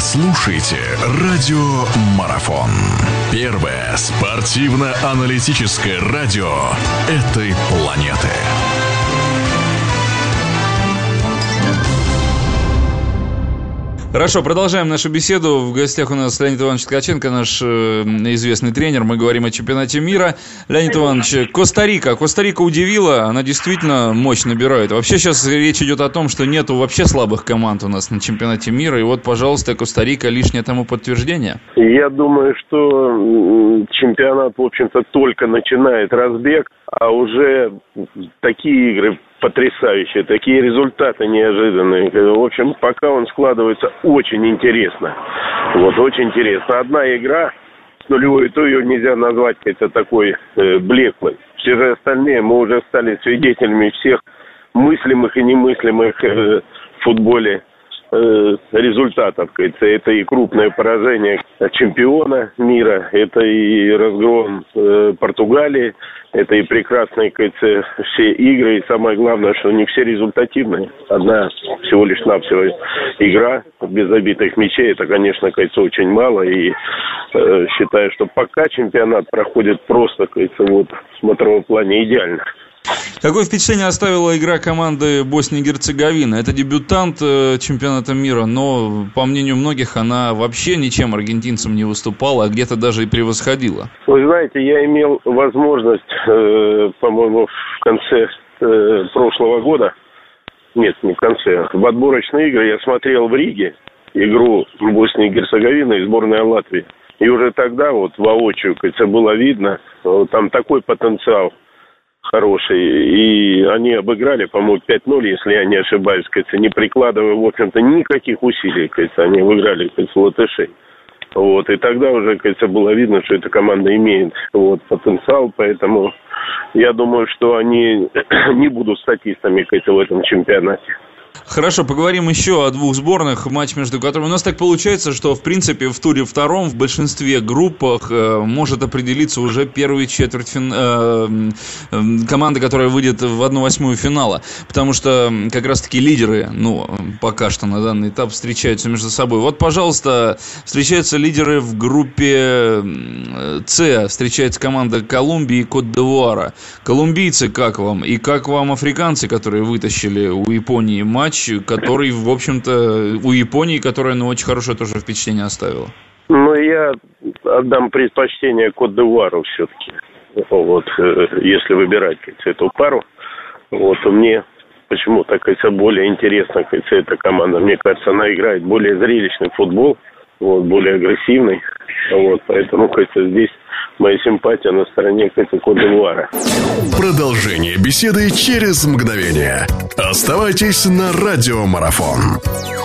слушаете радио Марафон. Первое спортивно-аналитическое радио этой планеты. Хорошо, продолжаем нашу беседу. В гостях у нас Леонид Иванович Ткаченко, наш известный тренер. Мы говорим о чемпионате мира. Леонид Иванович, Коста-Рика. Коста-Рика удивила, она действительно мощь набирает. Вообще сейчас речь идет о том, что нету вообще слабых команд у нас на чемпионате мира. И вот, пожалуйста, Коста-Рика лишнее тому подтверждение. Я думаю, что чемпионат, в общем-то, только начинает разбег, а уже такие игры потрясающие, такие результаты неожиданные. В общем, пока он складывается очень интересно. Вот, очень интересно. Одна игра с нулевой, то ее нельзя назвать какой-то такой блеклой. Все же остальные, мы уже стали свидетелями всех мыслимых и немыслимых в футболе результатов. Это и крупное поражение чемпиона мира, это и разгром Португалии, это и прекрасные, все игры, и самое главное, что не все результативные. Одна всего лишь навсего игра без забитых мячей, это, конечно, очень мало, и считаю, что пока чемпионат проходит просто, в смотровом плане идеально. Какое впечатление оставила игра команды Боснии и Герцеговины? Это дебютант чемпионата мира, но, по мнению многих, она вообще ничем аргентинцам не выступала, а где-то даже и превосходила. Вы знаете, я имел возможность, по-моему, в конце прошлого года, нет, не в конце, в отборочные игры я смотрел в Риге игру Боснии и Герцеговины и сборной Латвии. И уже тогда воочию, было видно, там такой потенциал хороший, и они обыграли, по-моему, 5-0, если я не ошибаюсь, не прикладывая, в общем-то, никаких усилий, они выиграли, латышей. И тогда уже, было видно, что эта команда имеет потенциал, поэтому я думаю, что они не будут статистами в этом чемпионате. Хорошо, поговорим еще о двух сборных, матч между которыми... У нас так получается, что, в принципе, в туре втором в большинстве группах может определиться уже первая четверть команда, которая выйдет в 1/8 финала. Потому что как раз-таки лидеры, пока что на данный этап встречаются между собой. Вот, пожалуйста, встречаются лидеры в группе С. Встречается команда Колумбии и Кот-д'Ивуара. Колумбийцы, как вам? И как вам африканцы, которые вытащили у Японии матч, который, в общем-то, у Японии, которая, очень хорошее тоже впечатление оставила? Я отдам предпочтение Кот-д'Ивуару все-таки. Если выбирать эту пару. Мне почему-то, более интересна эта команда. Мне кажется, она играет более зрелищный футбол, более агрессивный. Поэтому, здесь моя симпатия на стороне Кот-д'Ивуара. Продолжение беседы через мгновение. Оставайтесь на радио Марафон.